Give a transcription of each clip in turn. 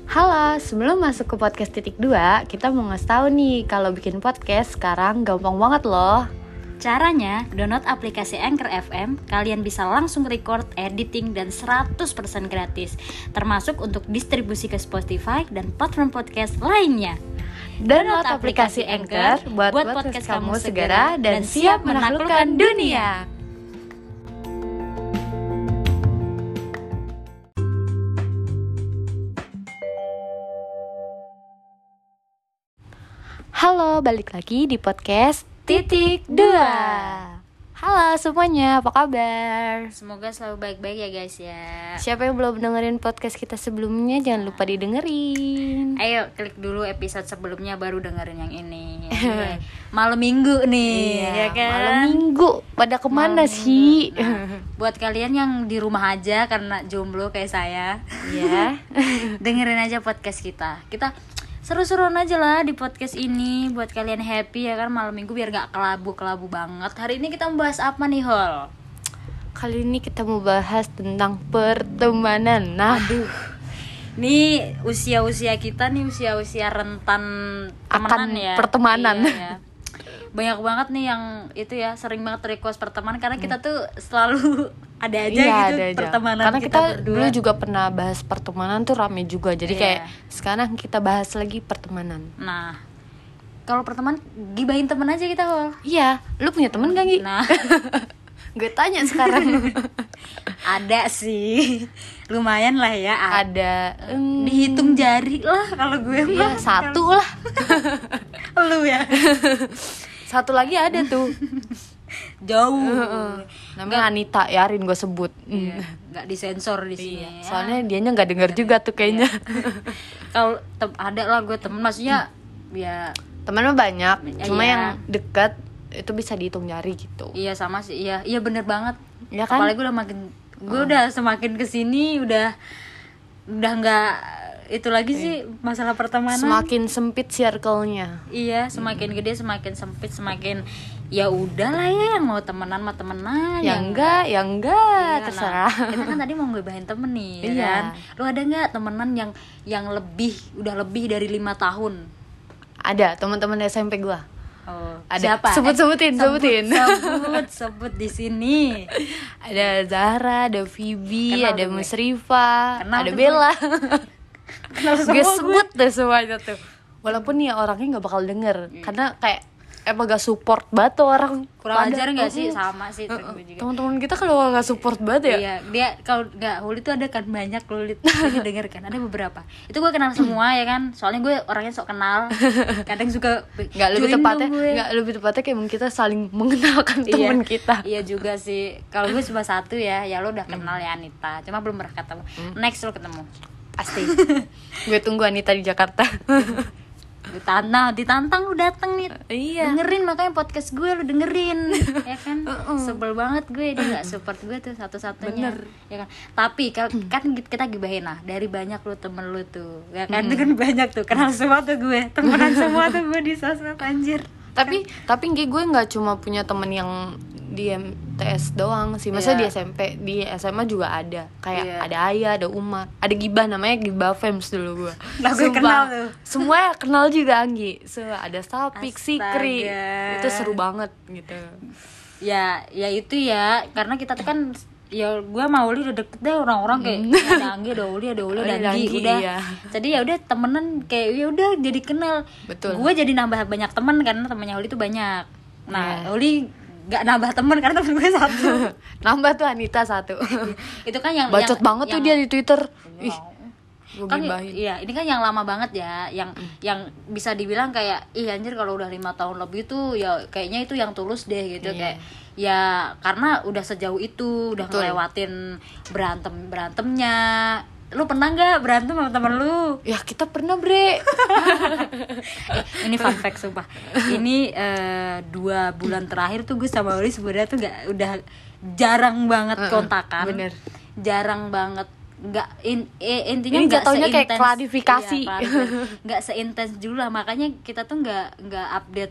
Halo, sebelum masuk ke podcast titik 2, kita mau ngasih tahu nih kalau bikin podcast sekarang gampang banget loh. Caranya, download aplikasi Anchor FM, kalian bisa langsung record, editing, dan 100% gratis. Termasuk untuk distribusi ke Spotify dan platform podcast lainnya. Download aplikasi Anchor buat podcast kamu segera dan siap menaklukkan dunia. Halo, balik lagi di podcast titik 2. Halo semuanya, apa kabar? Semoga selalu baik-baik ya guys ya. Siapa yang belum dengerin podcast kita sebelumnya, jangan lupa didengerin. Ayo klik dulu episode sebelumnya baru dengerin yang ini. Malam minggu nih, ya kan? Malam minggu, pada kemana Malam sih? minggu. Nah, buat kalian yang di rumah aja karena jomblo kayak saya, Ya. dengerin aja podcast kita. Kita seru-seruan aja lah di podcast ini buat kalian happy ya kan, malam minggu biar gak kelabu banget. Hari ini kita membahas apa nih, Hol? Kali ini kita mau bahas tentang pertemanan. Nah, Nih usia-usia kita nih usia-usia rentan temenan Akan ya. pertemanan. Iya, ya. Banyak banget nih yang itu ya sering banget request pertemanan karena kita tuh selalu ada aja iya, gitu ada aja. pertemanan Karena kita berdua. dulu juga pernah bahas pertemanan tuh rame juga. Jadi Iya. kayak sekarang kita bahas lagi pertemanan. Nah, kalau pertemanan gibahin temen aja kita, Hol. Iya, lu punya temen gak, Gi? Nah, Gue tanya sekarang. ada sih. Lumayan lah ya. Ada Dihitung jari lah kalau gue iya, mah. satu lah. Lu ya. Satu lagi ada tuh. Jauh. Namanya Anita, ya Rin gue sebut. Iya, nggak disensor di sini. Iya, soalnya dianya nggak denger juga tuh kayaknya. Kalau ada lah gue temen, maksudnya ya Temen mah banyak, cuma iya. yang dekat itu bisa dihitung jari gitu. iya sama sih, iya bener banget. Iya kan? Apalagi gue udah semakin kesini udah nggak itu lagi sih masalah pertemanan. Semakin sempit circle-nya. Iya, semakin gede semakin sempit, semakin ya udahlah ya, yang mau temenan mah temenan, Yang enggak, Iya, terserah. Nah, kita kan tadi mau ngebahin temen nih, ya Iya. kan? Lu ada nggak temenan yang udah lebih dari 5 tahun? Ada teman-teman SMP gua. Oh, Ada. siapa? Sebutin. Sebut di sini. Ada Zahra, ada Phoebe, Kenal ada tuh gue. Musrifa, Kenal ada tuh Bella. Kenal Gue semua sebut deh semuanya tuh. Walaupun nih orangnya nggak bakal denger, karena kayak emang gak support banget tuh orang. Kurang Pada- ajar nggak sih? Sama sih trik gue juga. Teman-teman kita kalau nggak support banget ya. Iya, dia kalau nggak Huli tuh ada kan banyak Huli ini denger kan, ada beberapa. Itu gue kenal semua ya kan, soalnya gue orangnya sok kenal. Kadang suka Nggak lebih "Join tepatnya, dong gue." nggak lebih tepatnya kayak emang kita saling mengenalkan teman kita. Iya juga sih. Kalau gue cuma satu ya lo udah kenal ya Anita, cuma belum pernah ketemu. Next lo ketemu. Pasti. Gue tunggu Anita di Jakarta. Ditantang lu dateng nih. Iya. Dengerin makanya podcast gue lu dengerin. Ya kan? Sebel banget gue, dia enggak support gue tuh satu-satunya. Bener. Ya kan? Tapi kan kita gibahin lah dari banyak lu temen lu tuh. Ya kan? Itu kan banyak tuh. Kenal semua tuh gue. Temenan semua tuh gue di sosmed anjir. Tapi gue nggak cuma punya temen yang di MTS doang sih, maksudnya Iya. di SMP, di SMA juga ada, kayak Iya. ada Ayah, ada Umar, ada Gibah, namanya Gibah Fems dulu gue. Nah, gue kenal tuh. Semua kenal juga Anggi, ada Sapik, Sikri, Astaga. itu seru banget gitu. Ya itu ya, karena kita tuh kan ya gue sama Uli udah deket deh, orang-orang kayak ada Anggi, ada Uli, ada Anggi, Anggi, udah. iya. Jadi ya udah temenan kayak ya udah jadi kenal. Betul. Gue jadi nambah banyak teman karena temennya Uli tuh banyak. Nah, Iya. Uli gak nambah temen karena temen gue satu. Nambah tuh Anita satu. Itu kan yang Bacot banget tuh dia di Twitter. Ih, gue kan gibahin. iya, ini kan yang lama banget ya, yang bisa dibilang kayak ih anjir kalau udah 5 tahun lebih tuh ya kayaknya itu yang tulus deh gitu. Iya. Kayak ya karena udah sejauh itu, udah Betul. ngelewatin berantemnya. Lu pernah nggak berantem sama temen lu? Ya kita pernah bre. Ini fun fact sumpah. Ini 2 bulan terakhir tuh gue sama Uli sebenarnya tuh udah jarang banget kontakan. Bener. Jarang banget. Nggak intinya Ini nggak jatuhnya kayak seintens- klarifikasi. iya, klarifikasi. Nggak seintens dulu lah, makanya kita tuh nggak update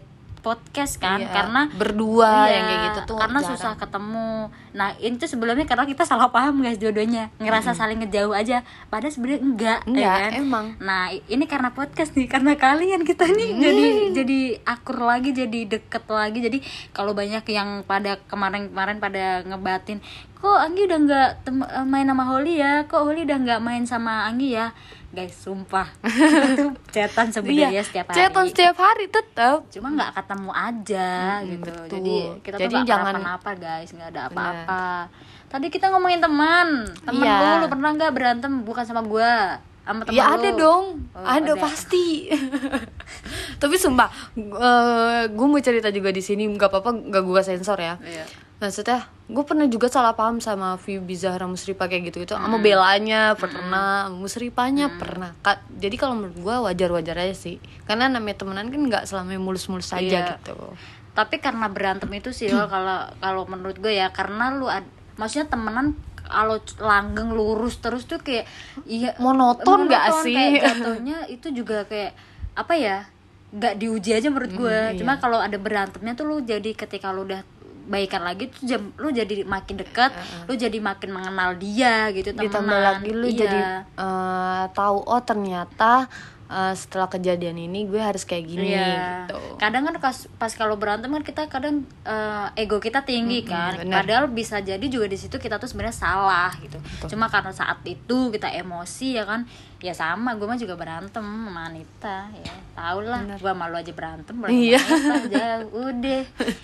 podcast kan, Iya, karena berdua iya, yang kayak gitu tuh karena jarang. susah ketemu. Nah ini tuh sebelumnya karena kita salah paham guys, dua-duanya ngerasa saling ngejauh aja, padahal sebenarnya enggak ya kan? Emang. Nah ini karena podcast nih, karena kalian kita nih jadi akur lagi, jadi deket lagi. Jadi kalau banyak yang pada kemarin pada ngebatin, kok Anggi udah nggak main sama Holly ya, kok Holly udah nggak main sama Anggi ya, guys sumpah kita tuh chatan sebenarnya setiap hari, chatan setiap hari tetap, cuma nggak ketemu aja gitu. betul. Jadi kita Jadi tuh nggak jangan kenapa-napa guys, nggak ada apa-apa. Tadi kita ngomongin teman Iya. lu pernah nggak berantem bukan sama gua, sama teman ya lu? ada dong, Oh, ada pasti. Tapi sumpah, gue mau cerita juga di sini, nggak apa-apa, nggak gue sensor ya. Iya. Maksudnya gue pernah juga salah paham sama Vivi Zahra Musripa kayak gitu, sama Belanya pernah, Musripanya pernah. Jadi kalau menurut gue wajar-wajar aja sih, karena namanya temenan kan nggak selamanya mulus-mulus aja Iya. gitu. Tapi karena berantem itu sih kalau menurut gue ya, karena maksudnya temenan kalau langgeng lurus terus tuh kayak iya Monoton nggak sih? kayak jatuhnya itu juga kayak apa ya, nggak diuji aja menurut gue. Iya. Cuma kalau ada berantemnya tuh lu jadi ketika lu udah baikan lagi tuh lu jadi makin dekat, lu jadi makin mengenal dia gitu, temenan. Ditambah lagi lu Iya. jadi tahu, oh ternyata setelah kejadian ini gue harus kayak gini Iya. gitu. Kadang kan pas kalau berantem kan kita kadang ego kita tinggi kan. bener. Padahal bisa jadi juga di situ kita tuh sebenarnya salah gitu. Cuma karena saat itu kita emosi ya kan. Ya sama, gue mah juga berantem sama Anita ya. Tau lah, gue malu aja berantem Iya. aja udah.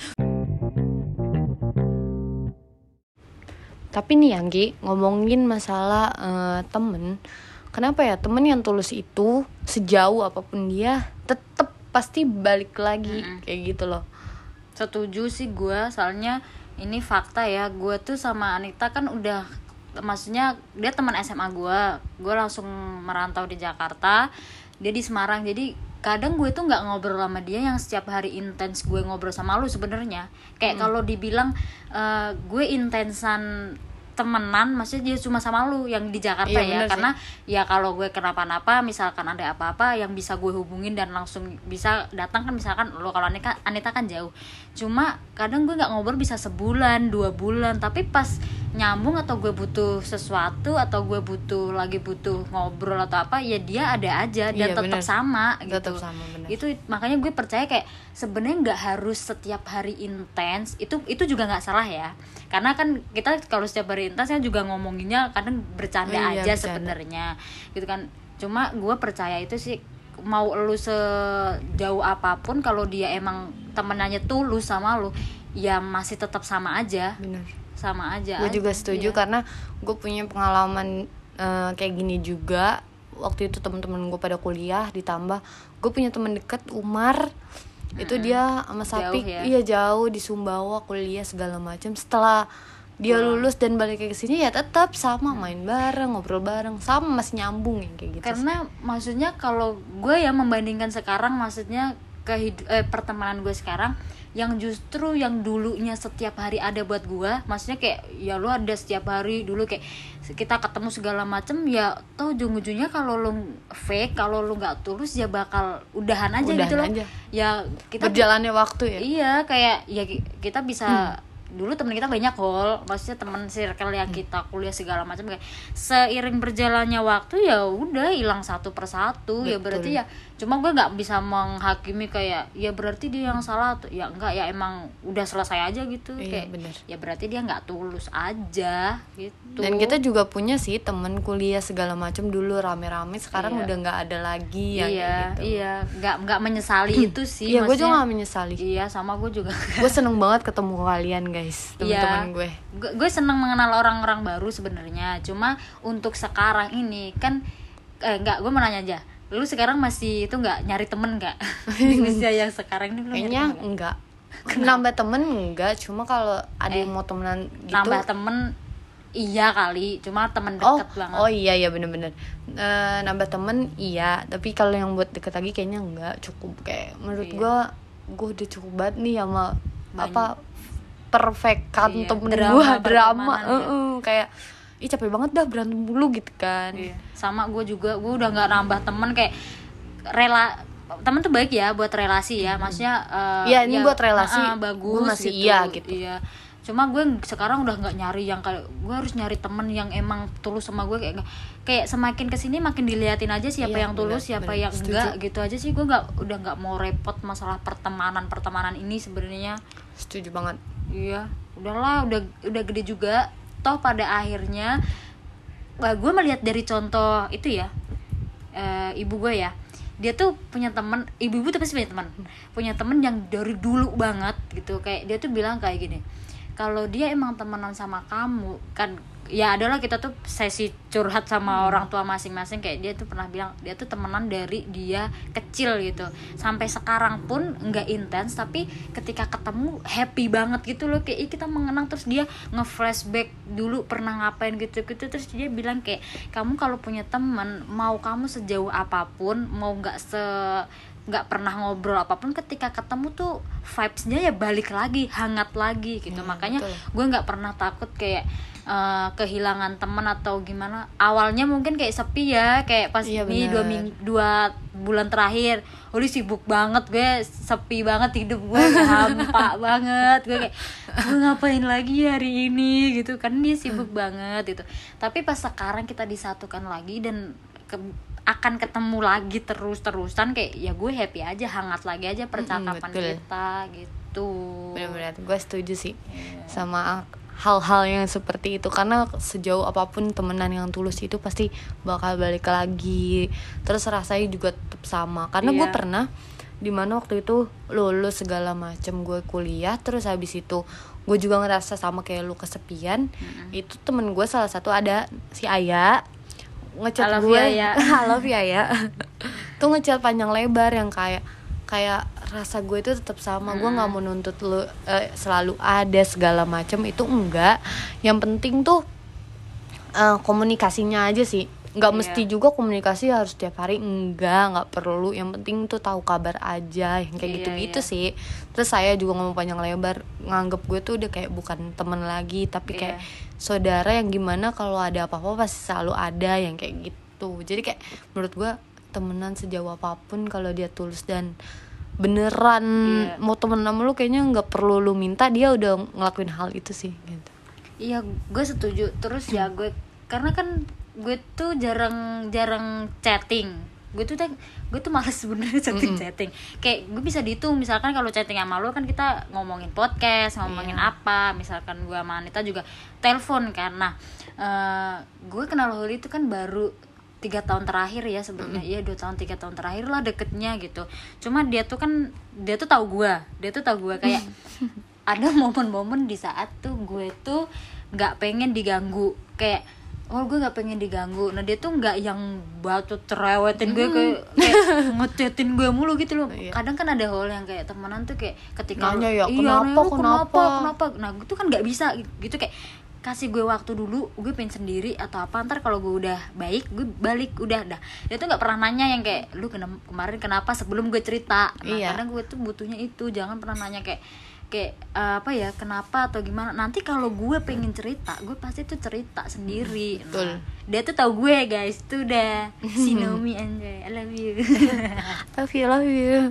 Tapi nih Anggi, ngomongin masalah temen, kenapa ya temen yang tulus itu sejauh apapun dia tetap pasti balik lagi kayak gitu loh. Setuju sih gue, soalnya ini fakta ya. Gue tuh sama Anita kan udah, maksudnya dia teman SMA gue langsung merantau di Jakarta, dia di Semarang. Jadi kadang gue tuh nggak ngobrol sama dia yang setiap hari intens gue ngobrol sama lu sebenarnya. Kayak kalau dibilang gue intensan temenan, maksudnya dia cuma sama lu yang di Jakarta. Iya, ya bener karena ya kalau gue kenapa-napa, misalkan ada apa-apa yang bisa gue hubungin dan langsung bisa datang kan, misalkan lo kalau Anita kan jauh, cuma kadang gue nggak ngobrol bisa sebulan 2 bulan, tapi pas nyambung atau gue butuh sesuatu atau gue butuh ngobrol atau apa, ya dia ada aja dan Iya, tetap bener. sama Tetap gitu. sama, bener. Itu makanya gue percaya kayak sebenarnya nggak harus setiap hari intens, itu juga nggak salah ya, karena kan kita kalau setiap hari intens kan juga ngomonginnya kadang bercanda Iya, aja bercanda. sebenarnya gitu kan. Cuma gue percaya itu sih, mau lu sejauh apapun, kalau dia emang temenannya tulus sama lu, ya masih tetap sama aja. Bener. Sama aja. Gue juga setuju Iya. karena gue punya pengalaman kayak gini juga. Waktu itu teman-teman gue pada kuliah, ditambah gue punya teman dekat Umar. Itu dia sama Sapik, Jauh ya? iya jauh di Sumbawa, kuliah segala macam. Setelah dia lulus dan balik ke sini ya tetap sama, main bareng, ngobrol bareng, sama, masih nyambung yang kayak gitu. Karena maksudnya kalau gue ya membandingkan sekarang, maksudnya pertemanan gue sekarang, yang justru yang dulunya setiap hari ada buat gue, maksudnya kayak ya lu ada setiap hari dulu, kayak kita ketemu segala macem, ya tau ujung-ujungnya kalau lu fake, kalau lu nggak tulus ya bakal udahan aja gitu loh. aja. Ya kita Berjalannya waktu ya. iya, kayak ya kita bisa dulu temen kita banyak maksudnya teman circle yang kita kuliah segala macam, kayak seiring berjalannya waktu ya udah hilang satu persatu. Ya berarti ya, cuma gue nggak bisa menghakimi kayak ya berarti dia yang salah tuh, ya enggak, ya emang udah selesai aja gitu. Iya, kayak bener. ya berarti dia nggak tulus aja gitu. Dan kita juga punya sih temen kuliah segala macam dulu rame-rame, sekarang Iya. udah nggak ada lagi yang iya kayak gitu. iya nggak menyesali itu sih. Iya, gue juga maksudnya. gak menyesali. Iya, sama gue juga. Gue seneng banget ketemu kalian guys, teman-teman gue. Gue seneng mengenal orang-orang baru sebenarnya. Cuma untuk sekarang ini kan enggak, gue mau nanya aja, lu sekarang masih itu nggak nyari temen nggak? Di usia yang sekarang ini lu nyari Kayaknya temen nggak? enggak. Nambah temen enggak, cuma kalau ada yang mau temenan gitu. Nambah temen iya kali, cuma temen deket banget. Oh iya bener-bener. Nambah temen iya, tapi kalau yang buat deket lagi kayaknya enggak cukup. Kayak menurut Iya. gue udah cukup banget nih sama Banyak. apa perfectkan Iya, temen drama gue, drama. pertemanan, Kayak ih capek banget dah berantem mulu gitu kan. Iya. Sama gue juga, gue udah nggak nambah temen, kayak rela teman tuh baik ya buat relasi ya, maksudnya Iya, ini buat relasi bagus gue masih gitu. iya gitu. Iya. Cuma gue sekarang udah nggak nyari yang kayak gue harus nyari temen yang emang tulus sama gue, kayak semakin kesini makin diliatin aja siapa Iya, yang tulus, bener, siapa bener. yang enggak gitu aja sih. Gue udah nggak mau repot masalah pertemanan ini sebenarnya. Setuju banget. Iya, udahlah, udah gede juga. Toh pada akhirnya gue melihat dari contoh itu ya, ibu gue ya, dia tuh punya teman, ibu tuh pasti punya teman yang dari dulu banget gitu. Kayak dia tuh bilang kayak gini, kalau dia emang temenan sama kamu kan, ya adalah kita tuh sesi curhat sama orang tua masing-masing. Kayak dia tuh pernah bilang dia tuh temenan dari dia kecil gitu, sampai sekarang pun nggak intens, tapi ketika ketemu happy banget gitu loh. Kayak kita mengenang, terus dia nge-flashback dulu pernah ngapain gitu. Terus dia bilang kayak, kamu kalau punya teman, mau kamu sejauh apapun, mau nggak pernah ngobrol apapun, ketika ketemu tuh vibes-nya ya balik lagi, hangat lagi gitu. Makanya betul. gue nggak pernah takut kayak kehilangan teman atau gimana. Awalnya mungkin kayak sepi ya, kayak pas Iya, ini bener. 2 bulan terakhir udah sibuk banget, gue sepi banget, hidup gue hampa banget. Gue kayak, gue ngapain lagi hari ini gitu kan, dia sibuk banget gitu. Tapi pas sekarang kita disatukan lagi dan akan ketemu lagi terus-terusan, kayak ya gue happy aja, hangat lagi aja percakapan betul. kita gitu. Benar-benar gue setuju sih sama hal-hal yang seperti itu, karena sejauh apapun temenan yang tulus itu pasti bakal balik lagi, terus rasanya juga tetap sama. Karena gue Iya. pernah dimana waktu itu lulus segala macem, gue kuliah, terus habis itu gue juga ngerasa sama kayak lu, kesepian. Itu temen gue salah satu ada si Aya ngechat I love gue, you, Aya. I love you, Aya. Tuh ngechat panjang lebar yang kayak rasa gue itu tetap sama. Gue nggak mau nuntut lu selalu ada segala macam, itu enggak. Yang penting tuh komunikasinya aja sih. Nggak mesti juga komunikasi harus tiap hari, nggak perlu. Yang penting tuh tahu kabar aja, yang kayak gitu-gitu sih. Terus saya juga ngomong panjang lebar, nganggep gue tuh udah kayak bukan temen lagi, tapi kayak saudara yang gimana kalau ada apa-apa pasti selalu ada, yang kayak gitu. Jadi kayak menurut gue temenan sejauh apapun, kalau dia tulus dan beneran mau temen sama lu, kayaknya nggak perlu lu minta, dia udah ngelakuin hal itu sih gitu. Iya, gue setuju. Terus ya gue, karena kan gue tuh jarang chatting. Gue tuh malas sebenarnya chatting. Kayak gue bisa dihitung, misalkan kalau chatting sama lo kan kita ngomongin podcast, ngomongin apa. Misalkan gue sama Anita juga telepon kan. Nah, gue kenal Holi itu kan baru 3 tahun terakhir ya sebenarnya. Iya, 2 tahun 3 tahun terakhir lah deketnya gitu. Cuma dia tuh tahu gue kayak ada momen-momen di saat tuh gue tuh nggak pengen diganggu, kayak gue nggak pengen diganggu. Nah dia tuh nggak yang batu cerewetin gue kayak ngechatin gue mulu gitu loh. Kadang kan ada hal yang kayak temenan tuh kayak ketika nanya ya, nanya, kenapa. Nah gue tuh kan nggak bisa gitu, kayak kasih gue waktu dulu, gue pengen sendiri atau apa, ntar kalau gue udah baik gue balik, udah dah. Dia tuh nggak pernah nanya yang kayak lu kemarin kenapa sebelum gue cerita. Nah kadang gue tuh butuhnya itu, jangan pernah nanya kayak apa ya, kenapa atau gimana. Nanti kalau gue pengen cerita, gue pasti tuh cerita sendiri. Nah, dia tuh tahu gue guys, tuh udah she know me anjay, I love you. Love you.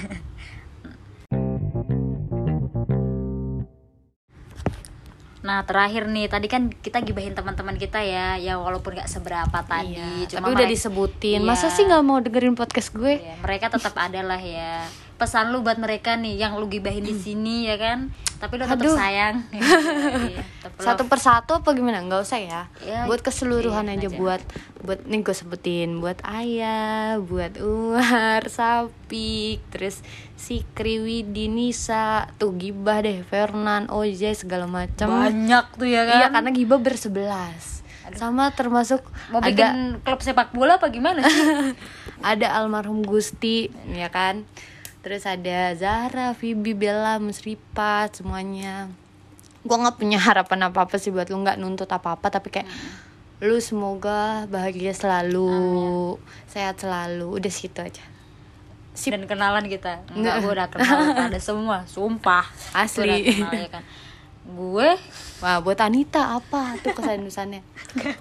Nah terakhir nih, tadi kan kita gibahin teman-teman kita ya walaupun nggak seberapa tadi, Tapi udah disebutin. Masa sih nggak mau dengerin podcast gue? Mereka tetap ada lah ya. Pesan lu buat mereka nih yang lu gibahin di sini ya kan, tapi lu tetap sayang. Satu persatu apa gimana? Nggak usah ya. Buat keseluruhan aja, aja. buat nih gue sebutin, buat Ayah, buat Umar, Sapik, terus Sikri, Widi, Nisa, tuh gibah deh, Fernan, Ojay, segala macam. Banyak tuh ya kan. Iya, karena gibah ber-11. Sama termasuk mau bikin klub sepak bola apa gimana sih? ada almarhum Gusti, ya kan. Terus ada Zahra, Vibi, Bella, Musripat, semuanya. Gue nggak punya harapan apa-apa sih buat lu, nggak nuntut apa-apa, tapi kayak lu semoga bahagia selalu, sehat selalu, udah situ aja. Dan kenalan kita, enggak, gue udah kenal pada semua, sumpah Asli. Gua udah kenal, ya kan. Gue Wah, buat Anita apa tuh kesan-kesannya?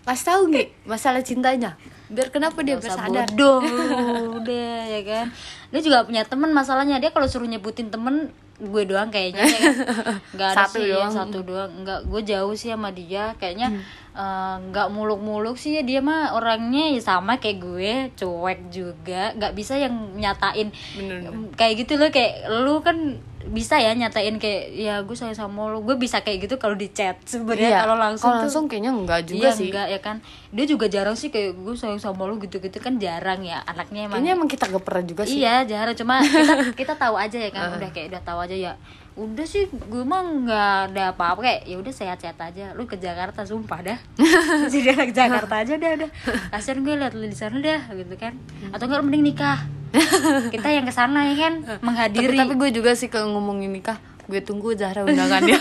Kasih tahu nggak masalah cintanya, biar kenapa dia Gak usah bersadar. bodoh lu, udah ya kan. Dia juga punya temen, masalahnya dia kalau suruh nyebutin temen gue doang kayaknya ya kan? Nggak ada Satu sih ya, doang. satu doang. Nggak, gue jauh sih sama dia kayaknya. Nggak muluk-muluk sih ya, dia mah orangnya ya sama kayak gue, cuek juga, nggak bisa yang nyatain Bener. kayak gitu loh. Kayak lu kan bisa ya nyatain kayak ya gue sayang sama lu, gue bisa kayak gitu kalau di chat sebenarnya. Iya, Kalau langsung kalau tuh langsung kayaknya enggak juga iya, sih. enggak ya kan. Dia juga jarang sih kayak gue sayang sama lu gitu-gitu, kan jarang ya anaknya emang. Kayaknya emang kita gak pernah juga sih. Iya jarang, cuma kita tahu aja ya kan. Udah kayak udah tahu aja ya, udah sih gue mah nggak ada apa-apa, kayak ya udah sehat-sehat aja. Lu ke Jakarta sumpah dah. Jadi anak Jakarta aja udah kasian gue liat lu di sana dah gitu kan. Atau enggak lu mending nikah, kita yang kesana ya kan, menghadiri. Tapi gue juga sih kalau ngomongin nikah, gue tunggu Zahra undangannya.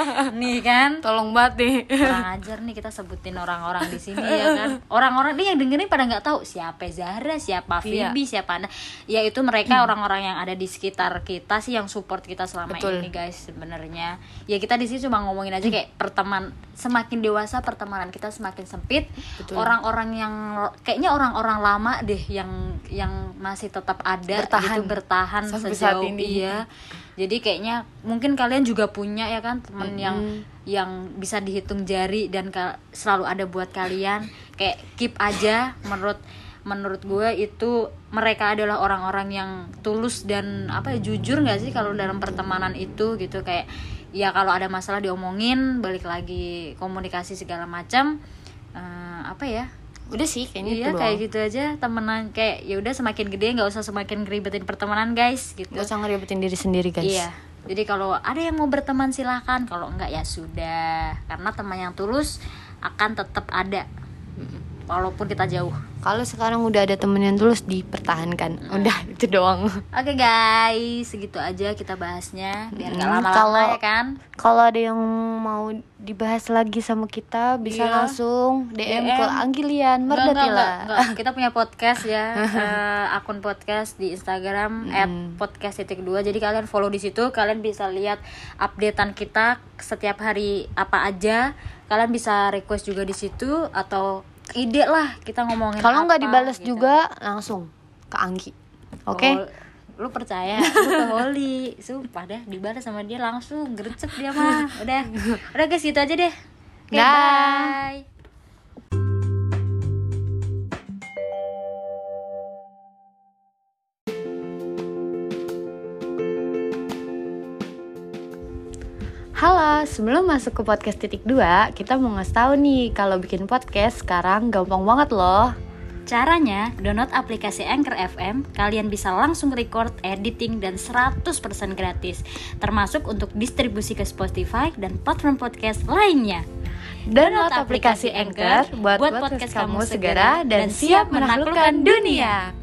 Nih kan, Tolong banget nih. kurang ajar nih kita sebutin orang-orang di sini ya kan. Orang-orang dia yang dengerin pada nggak tahu siapa Zahra, siapa Phoebe, siapa Anda. Ya itu mereka orang-orang yang ada di sekitar kita sih, yang support kita selama Betul. ini guys. Sebenarnya ya kita di sini cuma ngomongin aja kayak semakin dewasa pertemanan kita semakin sempit. Betul. Orang-orang yang kayaknya orang-orang lama deh yang masih tetap ada bertahan Sampai saat sejauh ini. iya. Jadi kayaknya mungkin kalian juga punya ya kan temen yang bisa dihitung jari dan selalu ada buat kalian. Kayak keep aja, menurut gue itu mereka adalah orang-orang yang tulus dan apa ya, jujur nggak sih kalau dalam pertemanan itu gitu. Kayak ya kalau ada masalah diomongin, balik lagi komunikasi segala macam. Apa ya, Udah sih kayaknya iya itu doang. kayak gitu aja temenan. Kayak ya udah semakin gede nggak usah semakin ngeribetin pertemanan guys gitu. Gak usah ngeribetin diri sendiri guys. Iya. Jadi kalau ada yang mau berteman silahkan, kalau enggak ya sudah. Karena teman yang tulus akan tetap ada walaupun kita jauh. Kalau sekarang udah ada temen yang tulus, dipertahankan. Udah itu doang. Oke guys, segitu aja kita bahasnya biar nggak lama-lama Kalau- ya kan. Kalau ada yang mau dibahas lagi sama kita, bisa Iya. langsung DM ke Anggilian Enggak. Merdatila. Kita punya podcast ya, akun podcast di Instagram @podcast_2. Jadi kalian follow di situ, kalian bisa lihat updatean kita setiap hari apa aja. Kalian bisa request juga di situ atau ide lah kita ngomongin. Kalau nggak apa, dibales gitu. juga langsung ke Anggi. Oke? Oh, lu percaya? Lu ke Holly, sumpah deh dibales sama dia langsung gercep dia mah. Udah guys gitu aja deh. Oke, Dah. bye. Halo, sebelum masuk ke podcast titik 2, kita mau ngasih tahu nih kalau bikin podcast sekarang gampang banget loh. Caranya, download aplikasi Anchor FM, kalian bisa langsung record, editing, dan 100% gratis. Termasuk untuk distribusi ke Spotify dan platform podcast lainnya. Download aplikasi Anchor buat podcast kamu segera dan siap menaklukkan dunia.